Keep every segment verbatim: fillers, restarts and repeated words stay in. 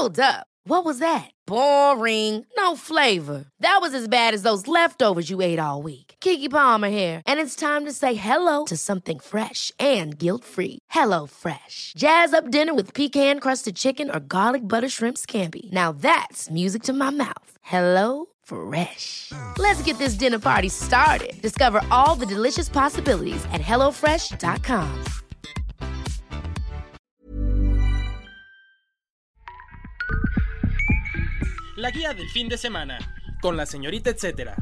Hold up. What was that? Boring. No flavor. That was as bad as those leftovers you ate all week. Keke Palmer here, and it's time to say hello to something fresh and guilt-free. Hello Fresh. Jazz up dinner with pecan-crusted chicken or garlic butter shrimp scampi. Now that's music to my mouth. Hello Fresh. Let's get this dinner party started. Discover all the delicious possibilities at hello fresh dot com. La guía del fin de semana, con la señorita etcétera.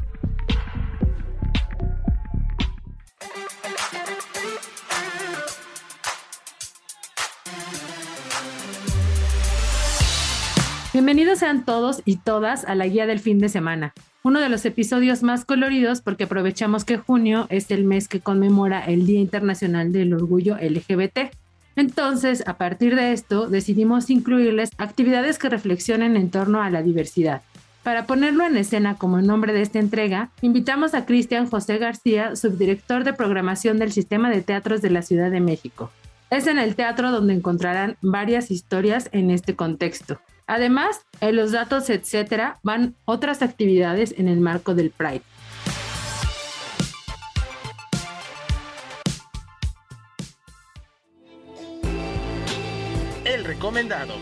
Bienvenidos sean todos y todas a la guía del fin de semana, uno de los episodios más coloridos porque aprovechamos que junio es el mes que conmemora el Día Internacional del Orgullo L G B T. Entonces, a partir de esto, decidimos incluirles actividades que reflexionen en torno a la diversidad. Para ponerlo en escena como el nombre de esta entrega, invitamos a Cristian José García, subdirector de programación del Sistema de Teatros de la Ciudad de México. Es en el teatro donde encontrarán varias historias en este contexto. Además, en los datos, etcétera, van otras actividades en el marco del Pride. El recomendado.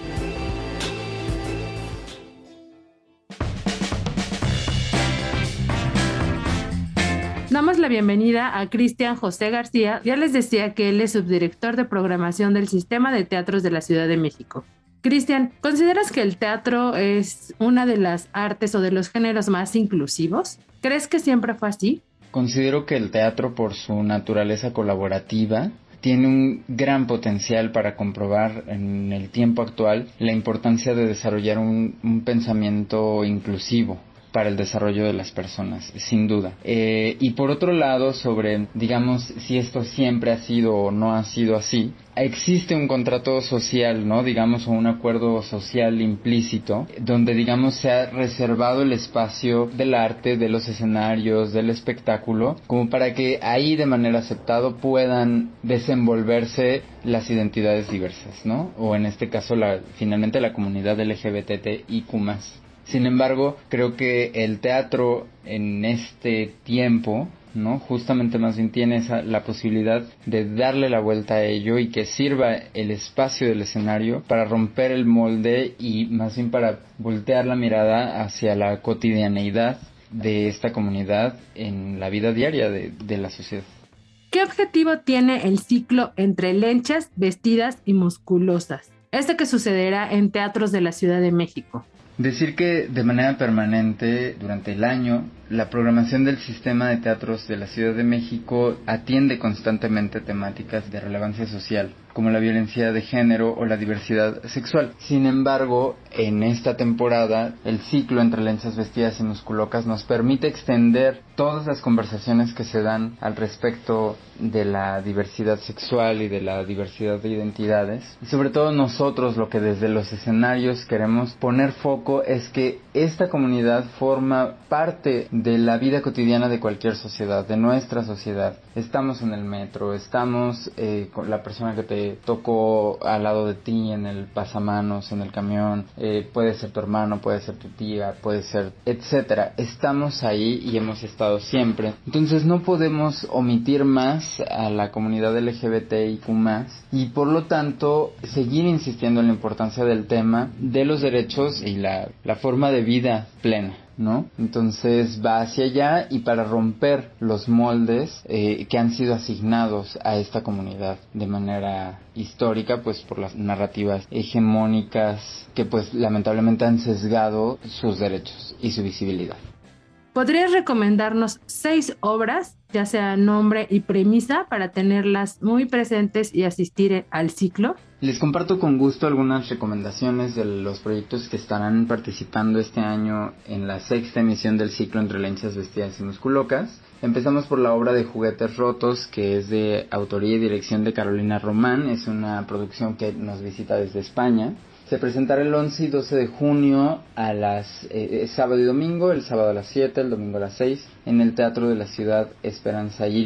Damos la bienvenida a Cristian José García. Ya les decía que él es subdirector de programación del Sistema de Teatros de la Ciudad de México. Cristian, ¿consideras que el teatro es una de las artes o de los géneros más inclusivos? ¿Crees que siempre fue así? Considero que el teatro, por su naturaleza colaborativa, tiene un gran potencial para comprobar en el tiempo actual la importancia de desarrollar un, un pensamiento inclusivo para el desarrollo de las personas, sin duda. Eh, y por otro lado, sobre, digamos, si esto siempre ha sido o no ha sido así, existe un contrato social, ¿no? Digamos, o un acuerdo social implícito, donde, digamos, se ha reservado el espacio del arte, de los escenarios, del espectáculo, como para que ahí de manera aceptada puedan desenvolverse las identidades diversas, ¿no? O en este caso, la, finalmente, la comunidad L G B T I Q más. Sin embargo, creo que el teatro en este tiempo, ¿no? Justamente más bien tiene esa, la posibilidad de darle la vuelta a ello y que sirva el espacio del escenario para romper el molde y más bien para voltear la mirada hacia la cotidianeidad de esta comunidad en la vida diaria de, de la sociedad. ¿Qué objetivo tiene el ciclo Entre Lenchas, Vestidas y Musculosas? Este que sucederá en teatros de la Ciudad de México. Decir que de manera permanente durante el año la programación del Sistema de Teatros de la Ciudad de México atiende constantemente temáticas de relevancia social, como la violencia de género o la diversidad sexual. Sin embargo, en esta temporada, el ciclo Entre Lenchas, Vestidas y Musculosas nos permite extender todas las conversaciones que se dan al respecto de la diversidad sexual y de la diversidad de identidades. Y sobre todo nosotros lo que desde los escenarios queremos poner foco es que esta comunidad forma parte de la vida cotidiana de cualquier sociedad, de nuestra sociedad. Estamos en el metro, estamos eh, con la persona que te tocó al lado de ti en el pasamanos, en el camión, eh, puede ser tu hermano, puede ser tu tía, puede ser, etcétera. Estamos ahí y hemos estado siempre. Entonces no podemos omitir más a la comunidad L G B T I Q más, y por lo tanto seguir insistiendo en la importancia del tema de los derechos y la, la forma de vida plena, ¿no? Entonces va hacia allá y para romper los moldes eh, que han sido asignados a esta comunidad de manera histórica, pues por las narrativas hegemónicas que pues lamentablemente han sesgado sus derechos y su visibilidad. ¿Podrías recomendarnos seis obras, ya sea nombre y premisa, para tenerlas muy presentes y asistir al ciclo? Les comparto con gusto algunas recomendaciones de los proyectos que estarán participando este año en la sexta emisión del ciclo Entre Lenchas, Vestidas y Musculosas. Empezamos por la obra de Juguetes Rotos, que es de autoría y dirección de Carolina Román. Es una producción que nos visita desde España. Se presentará el once y doce de junio a las eh, sábado y domingo, el sábado a las siete, el domingo a las seis, en el Teatro de la Ciudad Esperanza Iris.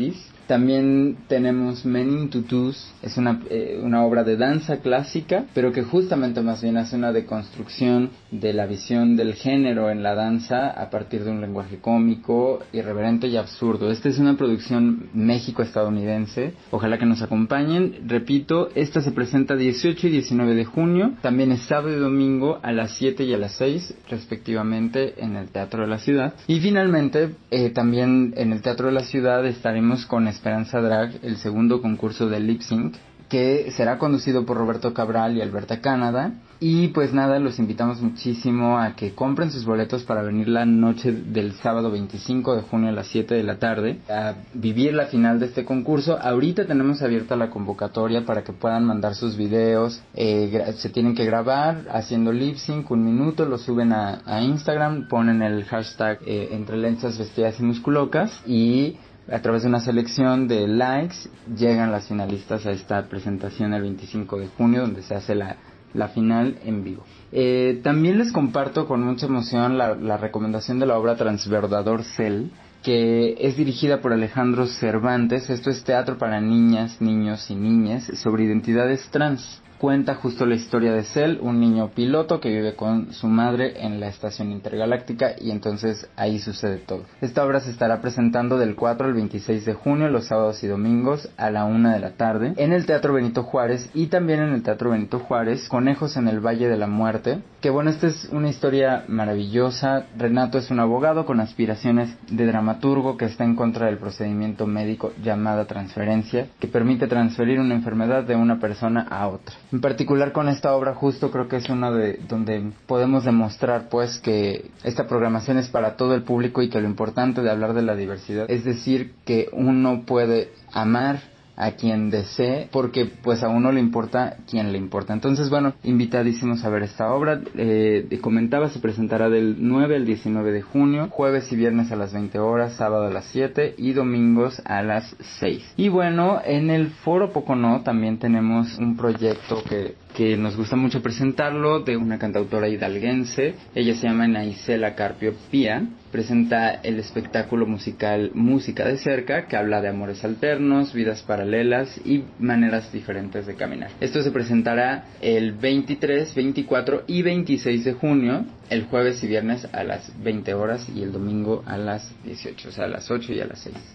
También tenemos Men in Tutus, es una, eh, una obra de danza clásica, pero que justamente más bien hace una deconstrucción de la visión del género en la danza a partir de un lenguaje cómico, irreverente y absurdo. Esta es una producción México-estadounidense, ojalá que nos acompañen. Repito, esta se presenta dieciocho y diecinueve de junio, también es sábado y domingo a las siete y a las seis respectivamente en el Teatro de la Ciudad. Y finalmente, eh, también en el Teatro de la Ciudad estaremos con Esperanza Drag, el segundo concurso de Lip Sync, que será conducido por Roberto Cabral y Alberta Canadá. Y pues nada, los invitamos muchísimo a que compren sus boletos para venir la noche del sábado veinticinco de junio a las siete de la tarde a vivir la final de este concurso. Ahorita tenemos abierta la convocatoria para que puedan mandar sus videos, eh, gra- se tienen que grabar haciendo lip sync un minuto, lo suben a, a Instagram, ponen el hashtag eh, entre lenzas vestidas y musculocas y a través de una selección de likes llegan las finalistas a esta presentación el veinticinco de junio donde se hace la la final en vivo. Eh, también les comparto con mucha emoción la, la recomendación de la obra Transbordador Cell, que es dirigida por Alejandro Cervantes. Esto es teatro para niñas, niños y niñas sobre identidades trans. Cuenta justo la historia de Cell, un niño piloto que vive con su madre en la estación intergaláctica y entonces ahí sucede todo. Esta obra se estará presentando del cuatro al veintiséis de junio, los sábados y domingos a la una de la tarde, en el Teatro Benito Juárez y también en el Teatro Benito Juárez, Conejos en el Valle de la Muerte. Que bueno, esta es una historia maravillosa. Renato es un abogado con aspiraciones de dramaturgo que está en contra del procedimiento médico llamada transferencia, que permite transferir una enfermedad de una persona a otra. En particular con esta obra justo creo que es una de donde podemos demostrar pues que esta programación es para todo el público y que lo importante de hablar de la diversidad es decir que uno puede amar a quien desee, porque pues a uno le importa quien le importa. Entonces bueno, invitadísimos a ver esta obra. Eh, comentaba, se presentará del nueve al diecinueve de junio, jueves y viernes a las veinte horas, sábado a las siete y domingos a las seis. Y bueno, en el Foro Pocono también tenemos un proyecto que que nos gusta mucho presentarlo, de una cantautora hidalguense. Ella se llama Naisela Carpio Pía. Presenta el espectáculo musical Música de Cerca, que habla de amores alternos, vidas paralelas y maneras diferentes de caminar. Esto se presentará el veintitrés, veinticuatro y veintiséis de junio, el jueves y viernes a las veinte horas y el domingo a las dieciocho, o sea, a las ocho y a las seis.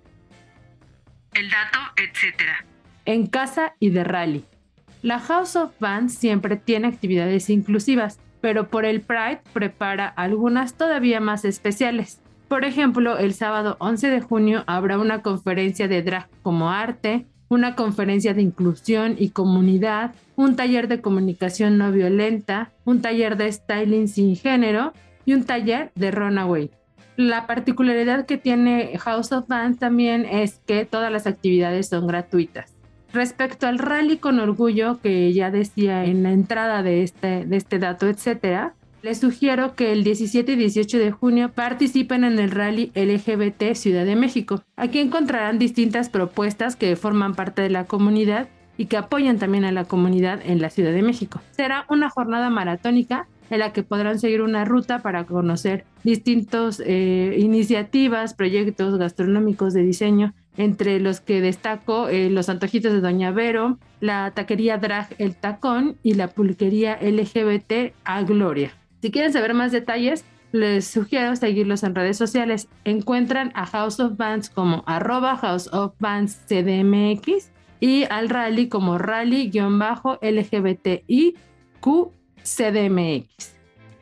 El dato, etcétera. En casa y de rally. La House of Bands siempre tiene actividades inclusivas, pero por el Pride prepara algunas todavía más especiales. Por ejemplo, el sábado once de junio habrá una conferencia de drag como arte, una conferencia de inclusión y comunidad, un taller de comunicación no violenta, un taller de styling sin género y un taller de runaway. La particularidad que tiene House of Bands también es que todas las actividades son gratuitas. Respecto al rally con orgullo que ya decía en la entrada de este, de este dato, etcétera, les sugiero que el diecisiete y dieciocho de junio participen en el rally L G B T Ciudad de México. Aquí encontrarán distintas propuestas que forman parte de la comunidad y que apoyan también a la comunidad en la Ciudad de México. Será una jornada maratónica en la que podrán seguir una ruta para conocer distintas eh, iniciativas, proyectos gastronómicos de diseño, entre los que destaco eh, los antojitos de Doña Vero, la taquería drag El Tacón y la pulquería L G B T A Gloria. Si quieren saber más detalles, les sugiero seguirlos en redes sociales. Encuentran a House of Bands como arroba House of Bands C D M X y al rally como rally-L G B T I Q C D M X.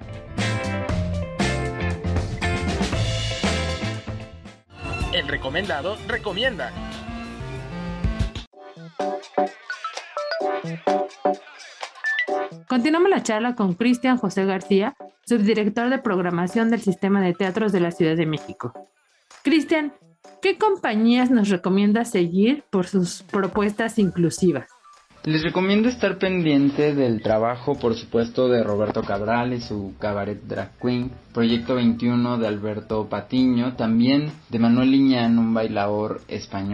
El recomendado recomienda. Continuamos la charla con Cristian José García, subdirector de programación del Sistema de Teatros de la Ciudad de México. Cristian, ¿qué compañías nos recomienda seguir por sus propuestas inclusivas? Les recomiendo estar pendiente del trabajo, por supuesto, de Roberto Cabral y su Cabaret Drag Queen, Proyecto veintiuno de Alberto Patiño, también de Manuel Liñán, un bailador español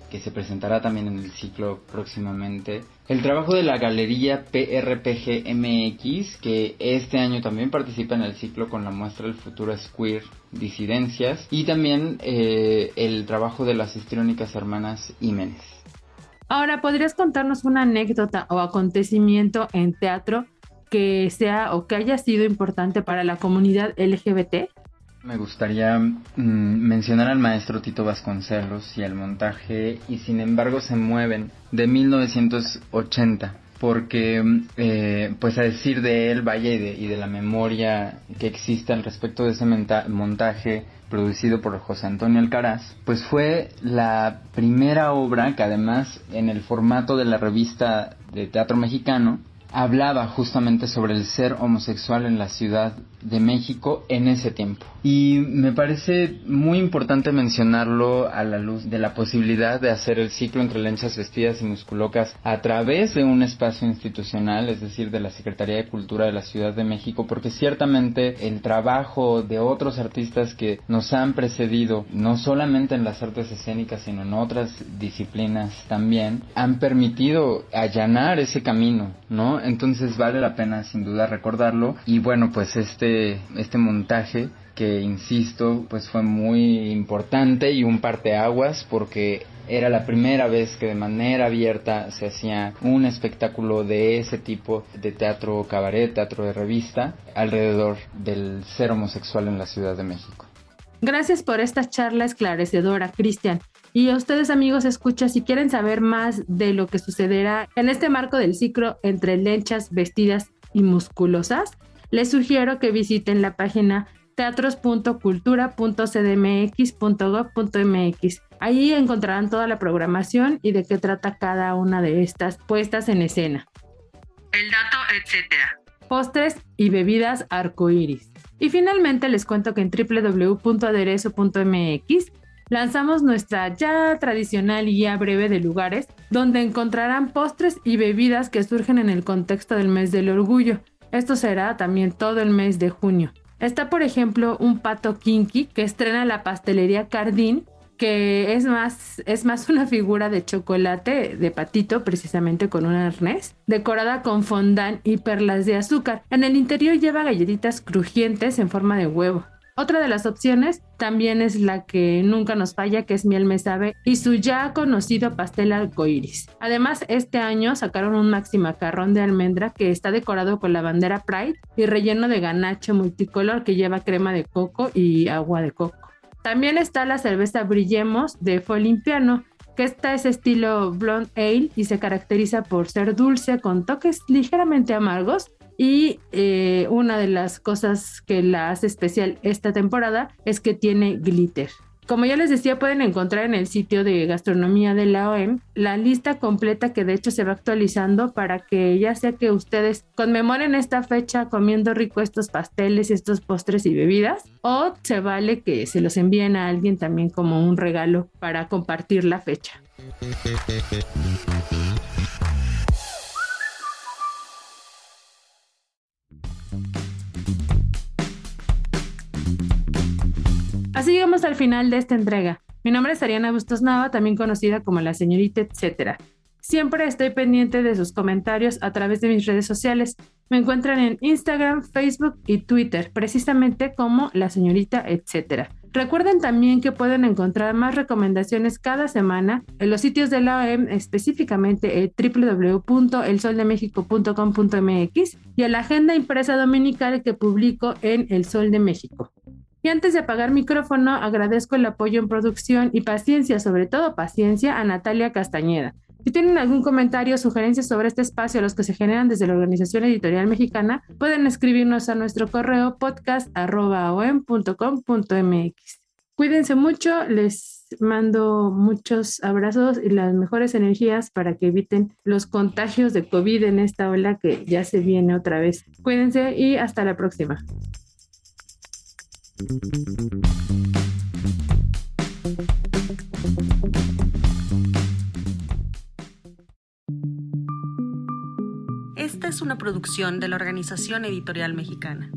que se presentará también en el ciclo próximamente. El trabajo de la Galería P R P G M X, que este año también participa en el ciclo con la muestra El futuro es queer, disidencias, y también eh, el trabajo de las histriónicas hermanas Jiménez. Ahora, ¿podrías contarnos una anécdota o acontecimiento en teatro que sea o que haya sido importante para la comunidad L G B T? Me gustaría mm, mencionar al maestro Tito Vasconcelos y el montaje Y sin embargo se mueven, de mil novecientos ochenta, porque eh, pues a decir de él, vaya, y de, y de la memoria que existe al respecto de ese menta- montaje producido por José Antonio Alcaraz, pues fue la primera obra que además en el formato de la revista de teatro mexicano hablaba justamente sobre el ser homosexual en la Ciudad de México en ese tiempo. Y me parece muy importante mencionarlo a la luz de la posibilidad de hacer el ciclo Entre Lenchas Vestidas y Musculocas a través de un espacio institucional, es decir, de la Secretaría de Cultura de la Ciudad de México, porque ciertamente el trabajo de otros artistas que nos han precedido, no solamente en las artes escénicas, sino en otras disciplinas también, han permitido allanar ese camino, ¿no? Entonces vale la pena sin duda recordarlo. Y bueno, pues este este montaje, que insisto, pues fue muy importante y un parteaguas, porque era la primera vez que de manera abierta se hacía un espectáculo de ese tipo, de teatro cabaret, teatro de revista, alrededor del ser homosexual en la Ciudad de México. Gracias por esta charla esclarecedora, Cristian. Y a ustedes, amigos, escucha, si quieren saber más de lo que sucederá en este marco del ciclo Entre Lenchas Vestidas y Musculosas, les sugiero que visiten la página teatros punto cultura punto c d m x punto gob punto m x. Ahí encontrarán toda la programación y de qué trata cada una de estas puestas en escena. El dato, etcétera. Postres y bebidas arcoíris. Y finalmente les cuento que en doble u doble u doble u punto aderezo punto m x lanzamos nuestra ya tradicional guía breve de lugares donde encontrarán postres y bebidas que surgen en el contexto del mes del orgullo. Esto será también todo el mes de junio. Está, por ejemplo, un pato kinky que estrena la pastelería Cardín, que es más, es más una figura de chocolate de patito, precisamente con un arnés, decorada con fondant y perlas de azúcar. En el interior lleva galletitas crujientes en forma de huevo. Otra de las opciones también es la que nunca nos falla, que es miel me sabe, y su ya conocido pastel arcoíris. Además, este año sacaron un maxi macarrón de almendra que está decorado con la bandera Pride y relleno de ganache multicolor que lleva crema de coco y agua de coco. También está la cerveza Brillemos de Folimpiano, que esta es estilo blonde ale y se caracteriza por ser dulce con toques ligeramente amargos. Y eh, una de las cosas que la hace especial esta temporada es que tiene glitter. Como ya les decía, pueden encontrar en el sitio de gastronomía de la O E M la lista completa, que de hecho se va actualizando para que ya sea que ustedes conmemoren esta fecha comiendo rico estos pasteles, estos postres y bebidas, o se vale que se los envíen a alguien también como un regalo para compartir la fecha. Así llegamos al final de esta entrega. Mi nombre es Ariana Bustos Nava, también conocida como la señorita etcétera. Siempre estoy pendiente de sus comentarios a través de mis redes sociales. Me encuentran en Instagram, Facebook y Twitter, precisamente como la señorita etcétera. Recuerden también que pueden encontrar más recomendaciones cada semana en los sitios de la O E M, específicamente en doble u doble u doble u punto el sol de méxico punto com punto m x y en la agenda impresa dominical que publico en El Sol de México. Y antes de apagar micrófono, agradezco el apoyo en producción y paciencia, sobre todo paciencia, a Natalia Castañeda. Si tienen algún comentario o sugerencia sobre este espacio, los que se generan desde la Organización Editorial Mexicana, pueden escribirnos a nuestro correo podcast arroba o e m punto com punto m x. Cuídense mucho, les mando muchos abrazos y las mejores energías para que eviten los contagios de COVID en esta ola que ya se viene otra vez. Cuídense y hasta la próxima. Esta es una producción de la Organización Editorial Mexicana.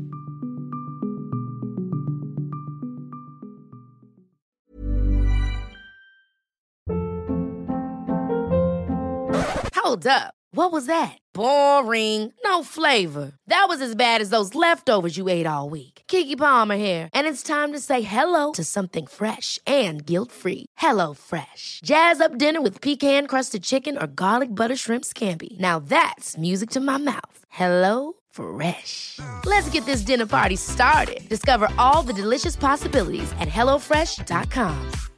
Hold up. What was that? Boring. No flavor. That was as bad as those leftovers you ate all week. Keke Palmer here, and it's time to say hello to something fresh and guilt-free. Hello Fresh. Jazz up dinner with pecan-crusted chicken or garlic butter shrimp scampi. Now that's music to my mouth. Hello Fresh. Let's get this dinner party started. Discover all the delicious possibilities at hello fresh dot com.